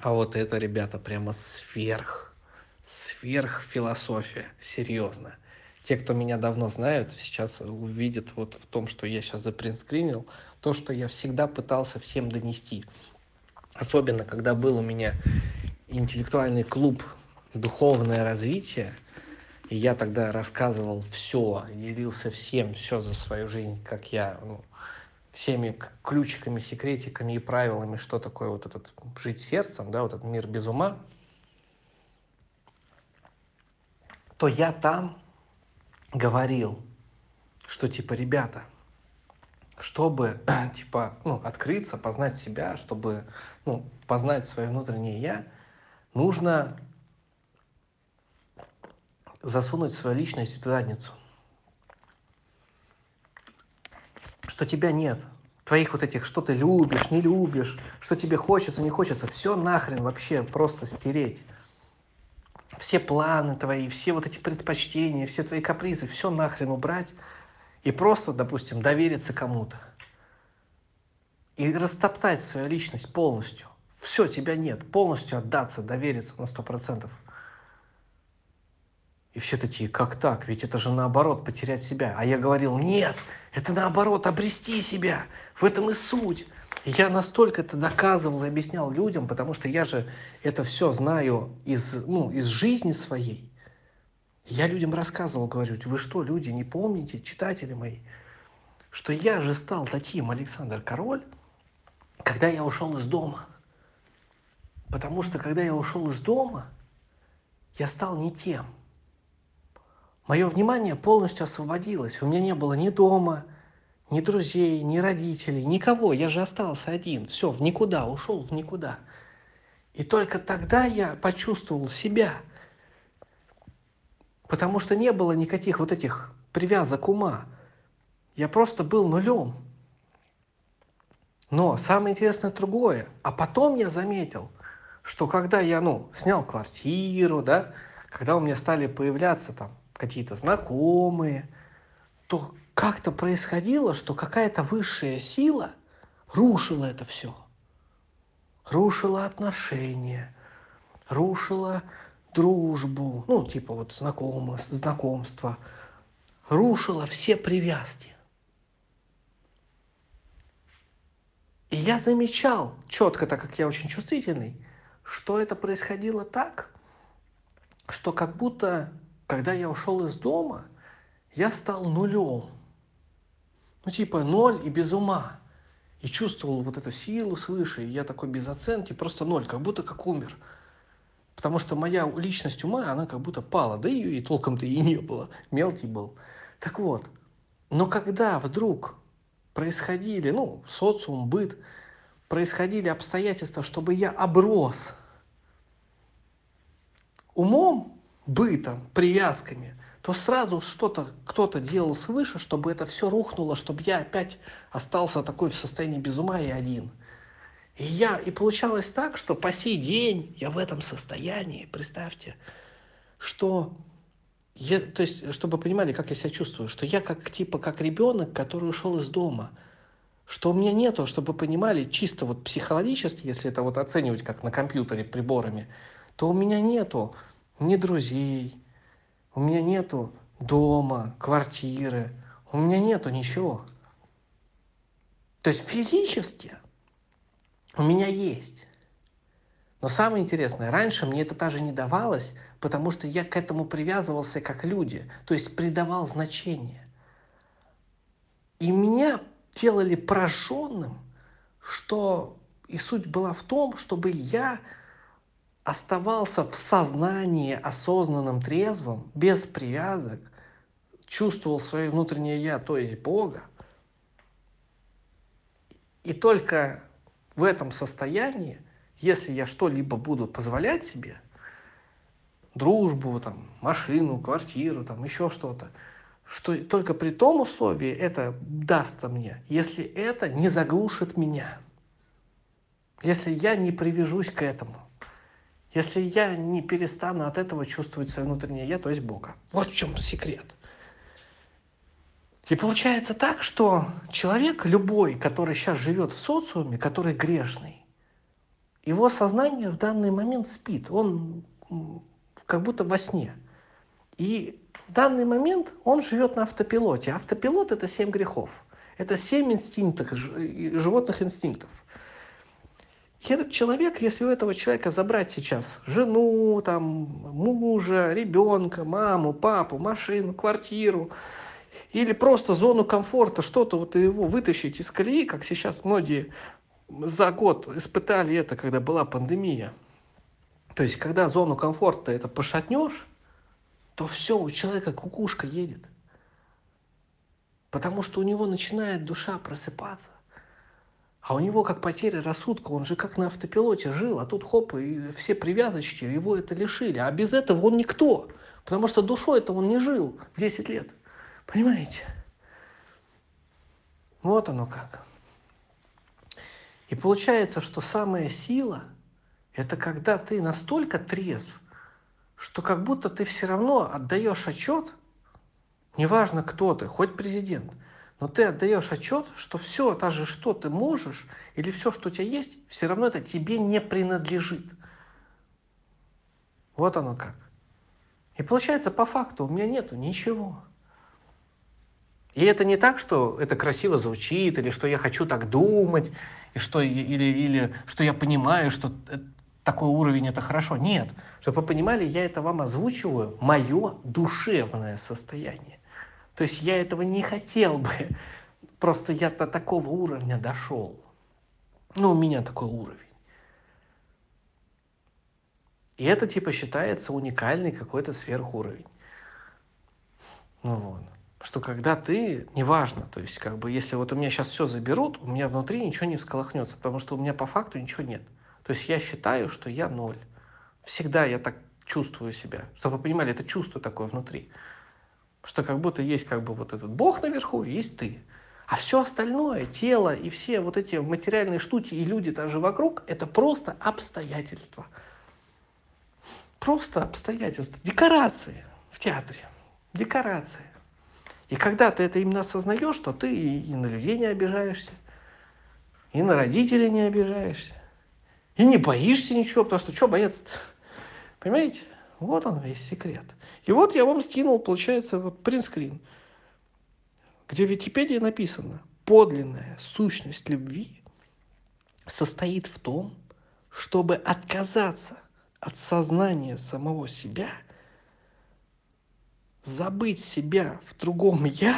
А вот это, ребята, прямо сверхфилософия, серьезно. Те, кто меня давно знают, сейчас увидят вот в том, что я сейчас запринтскринил, то, что я всегда пытался всем донести. Особенно, когда был у меня интеллектуальный клуб «Духовное развитие», и я тогда рассказывал все, делился всем, все за свою жизнь, как я, всеми ключиками, секретиками и правилами, что такое вот этот жить сердцем, да, вот этот мир без ума, то я там говорил, что типа, ребята, чтобы типа, открыться, познать себя, чтобы познать свое внутреннее я, нужно засунуть свою личность в задницу. Что тебя нет. Твоих вот этих, что ты любишь, не любишь, что тебе хочется, не хочется, все нахрен вообще просто стереть. Все планы твои, все вот эти предпочтения, все твои капризы, все нахрен убрать и просто, допустим, довериться кому-то. И растоптать свою личность полностью. Все, тебя нет. Полностью отдаться, довериться на 100%. И все такие, как так? Ведь это же наоборот, потерять себя. А я говорил, нет, это наоборот, обрести себя. В этом и суть. И я настолько это доказывал и объяснял людям, потому что я же это все знаю из жизни своей. Я людям рассказывал, говорю, вы что, люди, не помните, читатели мои, что я же стал таким, Александр Король, когда я ушел из дома. Потому что когда я ушел из дома, я стал не тем. Мое внимание полностью освободилось. У меня не было ни дома, ни друзей, ни родителей, никого. Я же остался один. Все, в никуда, ушел в никуда. И только тогда я почувствовал себя. Потому что не было никаких вот этих привязок ума. Я просто был нулем. Но самое интересное другое. А потом я заметил, что когда я, снял квартиру, да, когда у меня стали появляться там какие-то знакомые, то как-то происходило, что какая-то высшая сила рушила это все. Рушила отношения, рушила дружбу, типа вот знакомства, рушила все привязки. И я замечал четко, так как я очень чувствительный, что это происходило так, что как будто, когда я ушел из дома, я стал нулем. Типа ноль и без ума. И чувствовал вот эту силу свыше, и я такой без оценки, просто ноль, как будто как умер. Потому что моя личность ума, она как будто пала, да ее и толком-то и не было, мелкий был. Так вот, но когда вдруг происходили, социум, быт, происходили обстоятельства, чтобы я оброс умом, бытом, привязками, то сразу кто-то делал свыше, чтобы это все рухнуло, чтобы я опять остался такой в состоянии без ума и один. И получалось так, что по сей день я в этом состоянии, представьте, что то есть, чтобы понимали, как я себя чувствую, что я как ребенок, который ушел из дома, что у меня нету, чтобы понимали, чисто вот психологически, если это вот оценивать как на компьютере приборами, то у меня нету ни друзей, у меня нету дома, квартиры, у меня нету ничего. То есть физически у меня есть. Но самое интересное, раньше мне это даже не давалось, потому что я к этому привязывался как люди, то есть придавал значение. И меня делали пораженным, что и суть была в том, чтобы я оставался в сознании осознанным, трезвым, без привязок, чувствовал свое внутреннее «я», то есть Бога. И только в этом состоянии, если я что-либо буду позволять себе, дружбу, там, машину, квартиру, там, еще что-то, что только при том условии это дастся мне, если это не заглушит меня, если я не привяжусь к этому, если я не перестану от этого чувствовать свое внутреннее «я», то есть Бога. Вот в чем секрет. И получается так, что человек любой, который сейчас живет в социуме, который грешный, его сознание в данный момент спит, он как будто во сне. И в данный момент он живет на автопилоте. Автопилот – это 7 грехов. Это 7 инстинктов, животных инстинктов. И этот человек, если у этого человека забрать сейчас жену, там, мужа, ребенка, маму, папу, машину, квартиру, или просто зону комфорта, что-то вот его вытащить из колеи, как сейчас многие за год испытали это, когда была пандемия. То есть, когда зону комфорта это пошатнешь, то все, у человека кукушка едет. Потому что у него начинает душа просыпаться. А у него как потеря рассудка, он же как на автопилоте жил, а тут хоп, и все привязочки, его это лишили. А без этого он никто, потому что душой-то он не жил в 10 лет. Понимаете? Вот оно как. И получается, что самая сила – это когда ты настолько трезв, что как будто ты все равно отдаешь отчет, неважно кто ты, хоть президент, но ты отдаешь отчет, что все, даже что ты можешь, или все, что у тебя есть, все равно это тебе не принадлежит. Вот оно как. И получается, по факту у меня нету ничего. И это не так, что это красиво звучит, или что я хочу так думать, и что, или что я понимаю, что такой уровень это хорошо. Нет. Чтобы вы понимали, я это вам озвучиваю, мое душевное состояние. То есть я этого не хотел бы. Просто я до такого уровня дошел. Ну, у меня такой уровень. И это типа считается уникальный какой-то сверхуровень. Ну вот. Что когда ты, неважно, то есть как бы если вот у меня сейчас все заберут, у меня внутри ничего не всколыхнется, потому что у меня по факту ничего нет. То есть я считаю, что я ноль. Всегда я так чувствую себя. Чтобы вы понимали, это чувство такое внутри. Что как будто есть как бы вот этот Бог наверху, есть ты. А все остальное, тело и все вот эти материальные штуки и люди даже вокруг, это просто обстоятельства. Просто обстоятельства. Декорации в театре. Декорации. И когда ты это именно осознаешь, то ты и на людей не обижаешься, и на родителей не обижаешься, и не боишься ничего, потому что что бояться-то? Понимаете? Вот он весь секрет. И вот я вам скинул, получается, вот принтскрин, где в Википедии написано: подлинная сущность любви состоит в том, чтобы отказаться от сознания самого себя, забыть себя в другом «я»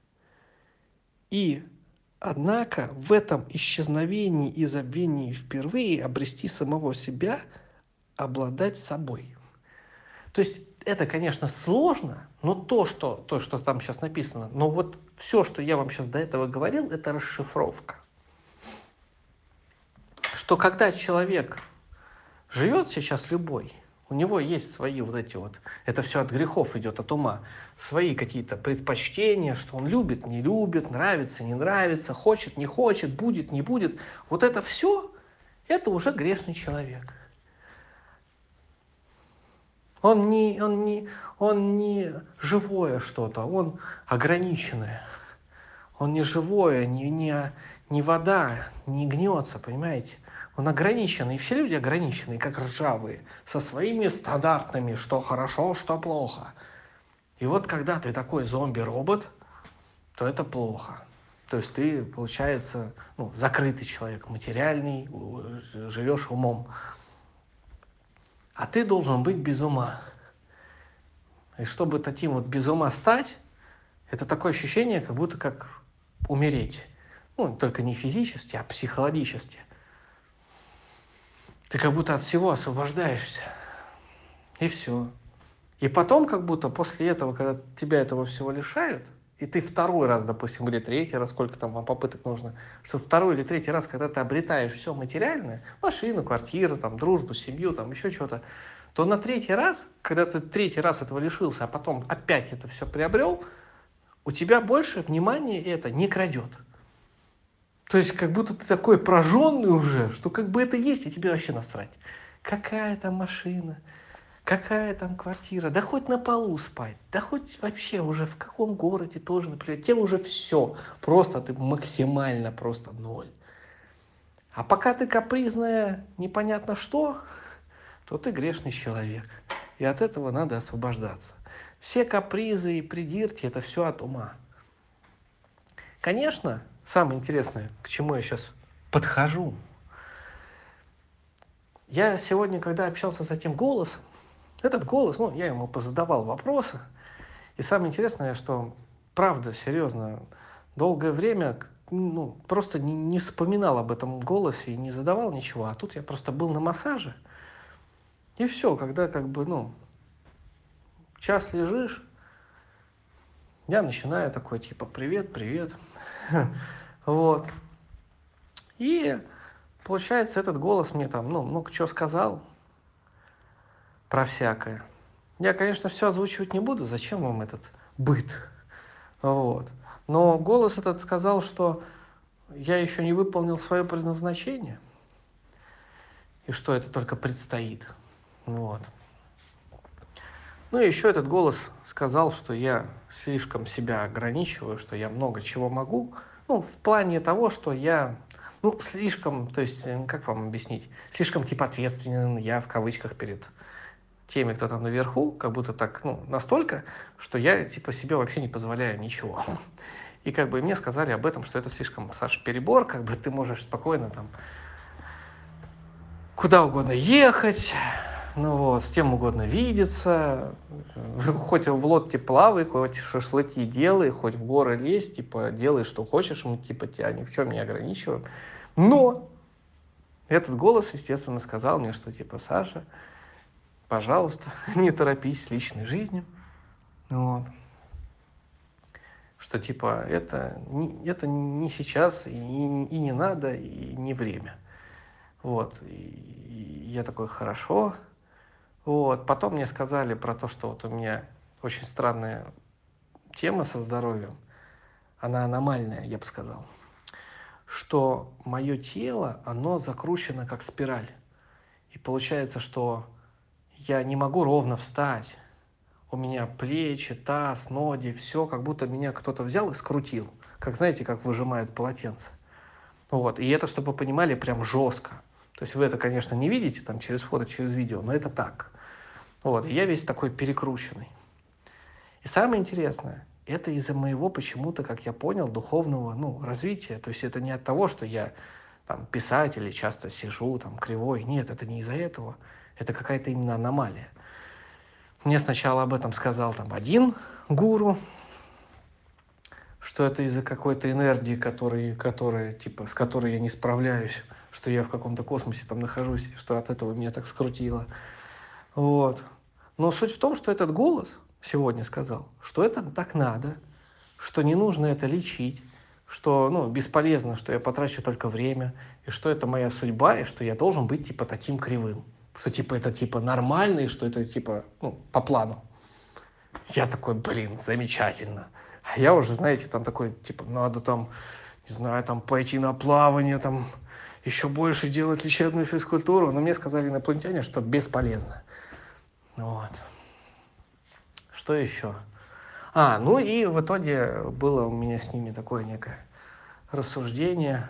и, однако, в этом исчезновении и забвении впервые обрести самого себя, обладать собой. То есть это, конечно, сложно, но то, что там сейчас написано, но вот все, что я вам сейчас до этого говорил, это расшифровка. Что когда человек живет сейчас любой, у него есть свои вот эти вот, это все от грехов идет, от ума, свои какие-то предпочтения, что он любит, не любит, нравится, не нравится, хочет, не хочет, будет, не будет. Вот это все, это уже грешный человек. Он не живое что-то, он ограниченное. Он не живое, не вода, не гнется, понимаете? Он ограниченный, и все люди ограниченные, как ржавые, со своими стандартными, что хорошо, что плохо. И вот когда ты такой зомби-робот, то это плохо. То есть ты, получается, закрытый человек, материальный, живешь умом. А ты должен быть без ума. И чтобы таким вот без ума стать, это такое ощущение, как будто как умереть. Только не физически, а психологически. Ты как будто от всего освобождаешься. И все. И потом, как будто после этого, когда тебя этого всего лишают, и ты второй раз, допустим, или третий раз, сколько там вам попыток нужно, что второй или третий раз, когда ты обретаешь все материальное, машину, квартиру, там, дружбу, семью, там, еще что-то, то на третий раз, когда ты третий раз этого лишился, а потом опять это все приобрел, у тебя больше внимания это не крадет. То есть как будто ты такой прожженный уже, что как бы это есть, и тебе вообще насрать. Какая там машина, какая там квартира, да хоть на полу спать, да хоть вообще уже в каком городе тоже, например, тебе уже все, просто ты максимально просто ноль. А пока ты капризная, непонятно что, то ты грешный человек. И от этого надо освобождаться. Все капризы и придирки – это все от ума. Конечно, самое интересное, к чему я сейчас подхожу. Я сегодня, когда общался с этим голосом, этот голос, я ему позадавал вопросы. И самое интересное, что, правда, серьезно, долгое время просто не вспоминал об этом голосе и не задавал ничего. А тут я просто был на массаже. И все, когда час лежишь, я начинаю такой, типа, привет, привет. Вот. И получается, этот голос мне там, много чего сказал про всякое. Я, конечно, все озвучивать не буду, зачем вам этот быт. Вот. Но голос этот сказал, что я еще не выполнил свое предназначение, и что это только предстоит. Вот. Ну и еще этот голос сказал, что я слишком себя ограничиваю, что я много чего могу. В плане того, что я, слишком, то есть, как вам объяснить, слишком типа ответственен я в кавычках перед теми, кто там наверху, как будто так, настолько, что я типа себе вообще не позволяю ничего. И мне сказали об этом, что это слишком, Саша, перебор, ты можешь спокойно там куда угодно ехать, с кем угодно видеться, хоть в лодке плавай, хоть шашлыки делай, хоть в горы лезь, типа, делай, что хочешь, мы, типа, тебя ни в чем не ограничиваем. Но этот голос, естественно, сказал мне, что, типа, Саша, пожалуйста, не торопись с личной жизнью. Вот. Что, типа, это не сейчас, и не надо, и не время. Вот. И я такой, хорошо. Вот. Потом мне сказали про то, что вот у меня очень странная тема со здоровьем. Она аномальная, я бы сказал. Что мое тело, оно закручено как спираль. И получается, что я не могу ровно встать. У меня плечи, таз, ноги, все, как будто меня кто-то взял и скрутил. Как, знаете, как выжимают полотенце. Вот. И это, чтобы вы понимали, прям жестко. То есть вы это, конечно, не видите там через фото, через видео, но это так. Вот. И я весь такой перекрученный. И самое интересное, это из-за моего почему-то, как я понял, духовного развития. То есть это не от того, что я там писатель и часто сижу там кривой. Нет, это не из-за этого. Это какая-то именно аномалия. Мне сначала об этом сказал там один гуру, что это из-за какой-то энергии, с которой я не справляюсь, что я в каком-то космосе там нахожусь, что от этого меня так скрутило. Вот. Но суть в том, что этот голос сегодня сказал, что это так надо, что не нужно это лечить, что бесполезно, что я потрачу только время, и что это моя судьба, и что я должен быть типа таким кривым. Что типа это типа нормально, и что это типа по плану. Я такой, замечательно. А я уже, знаете, там такой, типа, надо там, не знаю, там пойти на плавание, там еще больше делать лечебную физкультуру. Но мне сказали инопланетяне, что бесполезно. Вот. Что еще? И в итоге было у меня с ними такое некое рассуждение.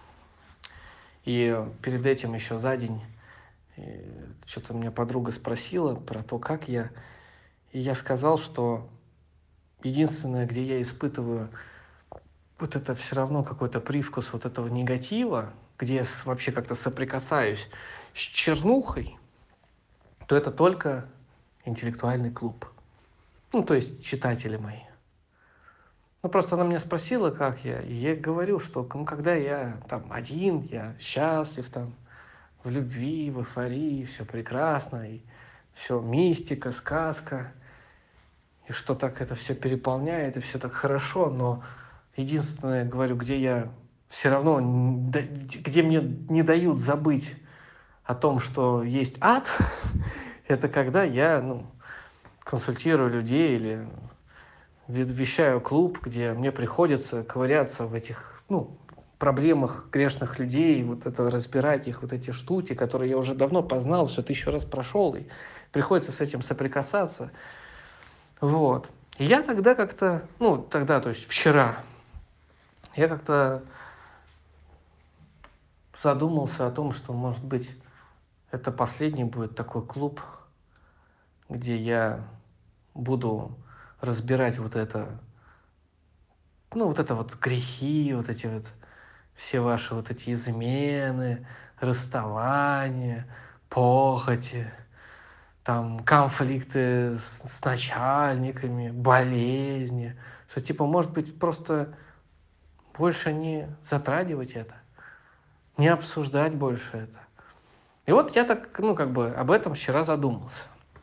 И перед этим еще за день что-то меня подруга спросила про то, как я. И я сказал, что единственное, где я испытываю вот это все равно какой-то привкус вот этого негатива, где я вообще как-то соприкасаюсь с чернухой, то это только интеллектуальный клуб. То есть читатели мои. Просто она меня спросила, как я, и я говорю, что когда я там один, я счастлив, там, в любви, в эйфории, все прекрасно, и все мистика, сказка, и что так это все переполняет, и все так хорошо, но единственное, говорю, где я все равно, где мне не дают забыть о том, что есть ад, это когда я, консультирую людей или вещаю клуб, где мне приходится ковыряться в этих, проблемах грешных людей, вот это разбирать их, вот эти штуки, которые я уже давно познал, все 1000 раз прошел, и приходится с этим соприкасаться. Вот. И я тогда как-то, то есть вчера, я как-то задумался о том, что, может быть, это последний будет такой клуб, где я буду разбирать вот это, ну, вот это вот грехи, вот эти вот все ваши вот эти измены, расставания, похоти, там конфликты с начальниками, болезни, что типа, может быть, просто больше не затрагивать это, не обсуждать больше это. И вот я так, ну, как бы об этом вчера задумался.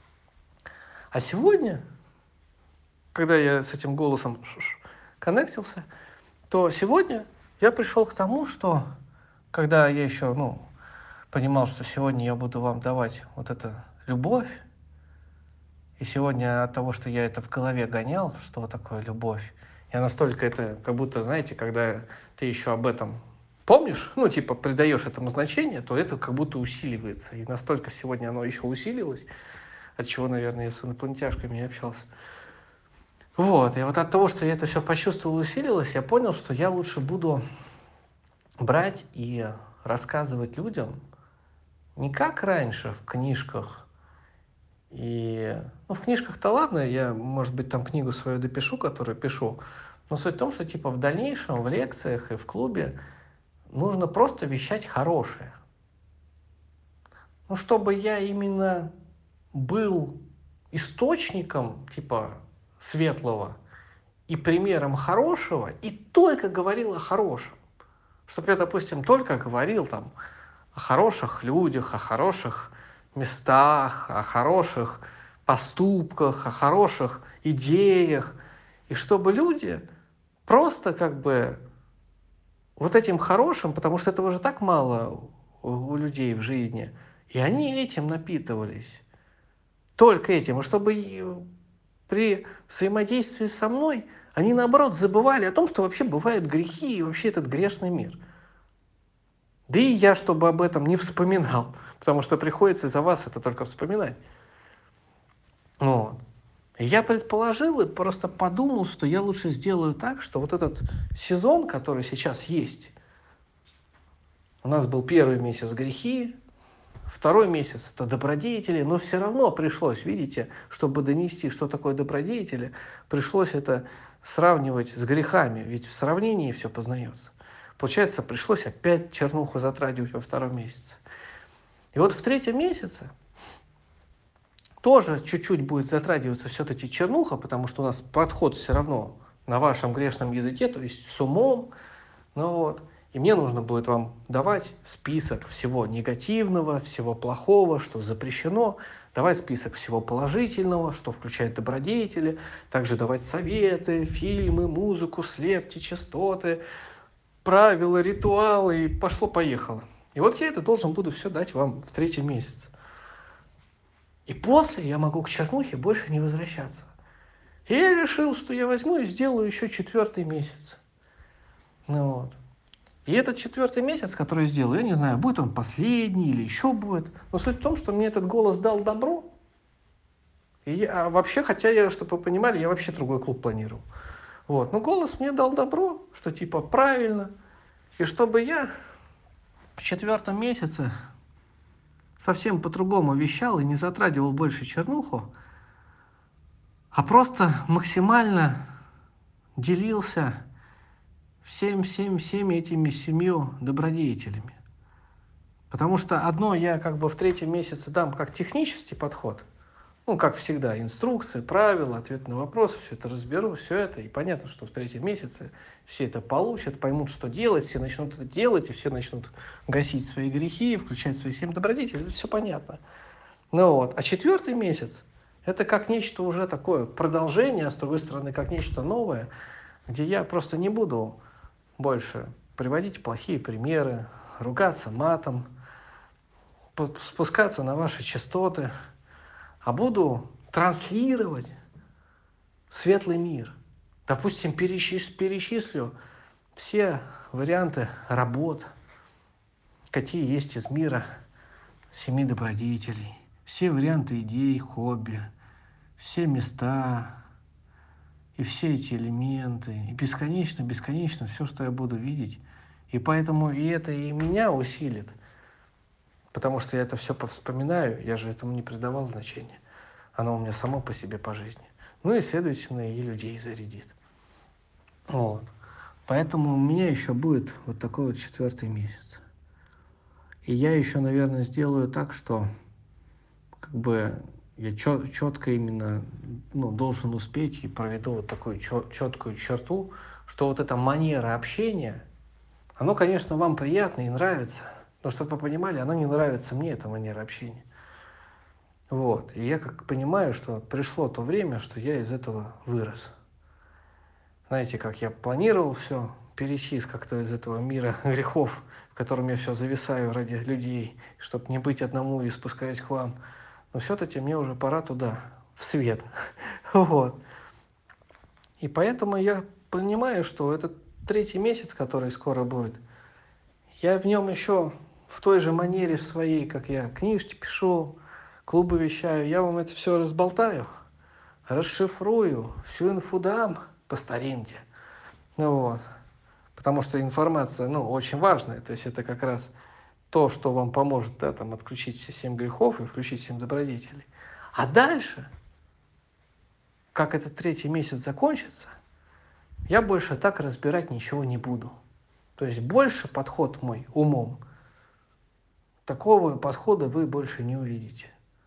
А сегодня, когда я с этим голосом коннектился, то сегодня я пришел к тому, что когда я еще, ну, понимал, что сегодня я буду вам давать вот эту любовь, и сегодня от того, что я это в голове гонял, что такое любовь, я настолько это, как будто, знаете, когда ты еще об этом помнишь, ну, типа, придаешь этому значение, то это как будто усиливается. И настолько сегодня оно еще усилилось, от чего, наверное, я с инопланетяшками не общался. Вот, и вот от того, что я это все почувствовал, усилилось, я понял, что я лучше буду брать и рассказывать людям не как раньше в книжках. И, ну, в книжках-то ладно, я, может быть, там книгу свою допишу, которую пишу, но суть в том, что, типа, в дальнейшем в лекциях и в клубе нужно просто вещать хорошее. Ну, чтобы я именно был источником, типа, светлого и примером хорошего, и только говорил о хорошем. Чтобы я, допустим, только говорил там о хороших людях, о хороших местах, о хороших поступках, о хороших идеях. И чтобы люди просто как бы вот этим хорошим, потому что этого же так мало у людей в жизни, и они этим напитывались. Только этим. И чтобы при взаимодействии со мной они, наоборот, забывали о том, что вообще бывают грехи и вообще этот грешный мир. Да и я, чтобы об этом не вспоминал, потому что приходится из-за вас это только вспоминать. Вот. И я предположил и просто подумал, что я лучше сделаю так, что вот этот сезон, который сейчас есть, у нас был первый месяц грехи, второй месяц это добродетели, но все равно пришлось, видите, чтобы донести, что такое добродетели, пришлось это сравнивать с грехами, ведь в сравнении все познается. Получается, пришлось опять чернуху затрагивать во втором месяце. И вот в третьем месяце тоже чуть-чуть будет затрагиваться все-таки чернуха, потому что у нас подход все равно на вашем грешном языке, то есть с умом. Ну вот. И мне нужно будет вам давать список всего негативного, всего плохого, что запрещено, давать список всего положительного, что включает добродетели, также давать советы, фильмы, музыку, слепки, частоты, правила, ритуалы, и пошло-поехало. И вот я это должен буду все дать вам в третьем месяце. И после я могу к чернухе больше не возвращаться. И я решил, что я возьму и сделаю еще 4-й месяц. Ну вот. И этот 4-й месяц, который я сделаю, я не знаю, будет он последний или еще будет. Но суть в том, что мне этот голос дал добро. И я, вообще, хотя я, чтобы вы понимали, я вообще другой клуб планировал. Вот. Но голос мне дал добро, что типа правильно. И чтобы я в 4-м месяце совсем по-другому вещал и не затрагивал больше чернуху, а просто максимально делился всеми этими 7 добродетелями. Потому что одно я как бы в 3-м месяце дам как технический подход, ну, как всегда, инструкции, правила, ответ на вопросы, все это разберу, все это, и понятно, что в 3-м месяце все это получат, поймут, что делать, все начнут это делать, и все начнут гасить свои грехи, включать свои 7 добродетелей, это все понятно. Ну вот, а 4-й месяц – это как нечто уже такое продолжение, а с другой стороны, как нечто новое, где я просто не буду больше приводить плохие примеры, ругаться матом, спускаться на ваши частоты, а буду транслировать светлый мир. Допустим, перечислю все варианты работ, какие есть из мира 7 добродетелей, все варианты идей, хобби, все места и все эти элементы, и бесконечно все, что я буду видеть И поэтому и это и меня усилит, потому что я это все повспоминаю, я же этому не придавал значения. Оно у меня само по себе по жизни. Ну и, следовательно, и людей зарядит. Вот. Поэтому у меня еще будет вот такой вот 4-й месяц. И я еще, наверное, сделаю так, что как бы я четко именно должен успеть и проведу вот такую четкую черту, что вот эта манера общения, оно, конечно, вам приятно и нравится, но чтобы вы понимали, оно не нравится мне, эта манера общения. Вот. И я как понимаю, что пришло то время, что я из этого вырос. Знаете, как я планировал все перейти как-то из этого мира грехов, в котором я все зависаю ради людей, чтобы не быть одному и спускаясь к вам. Но все-таки мне уже пора туда, в свет. Вот. И поэтому я понимаю, что этот 3-й месяц, который скоро будет, я в нем еще в той же манере своей, как я книжки пишу, клубы вещаю, я вам это все разболтаю, расшифрую, всю инфу дам по старинке. Вот. Потому что информация, очень важная. То есть это как раз то, что вам поможет, там, отключить все 7 грехов и включить 7 добродетелей. А дальше, как этот 3-й месяц закончится, я больше так разбирать ничего не буду. То есть больше подход мой умом, такого подхода вы больше не увидите.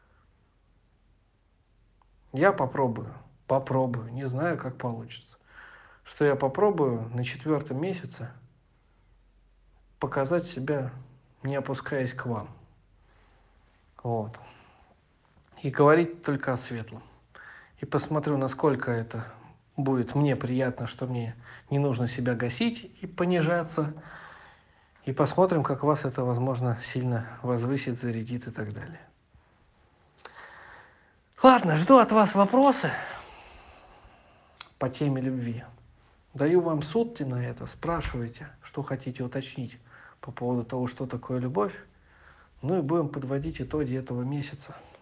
Я попробую, не знаю, как получится. Что я попробую на 4-м месяце показать себя, не опускаясь к вам. Вот. И говорить только о светлом. И посмотрю, насколько это будет мне приятно, что мне не нужно себя гасить и понижаться. И посмотрим, как вас это, возможно, сильно возвысит, зарядит и так далее. Ладно, жду от вас вопросы по теме любви. Даю вам сутки на это, спрашивайте, что хотите уточнить по поводу того, что такое любовь. Ну и будем подводить итоги этого месяца.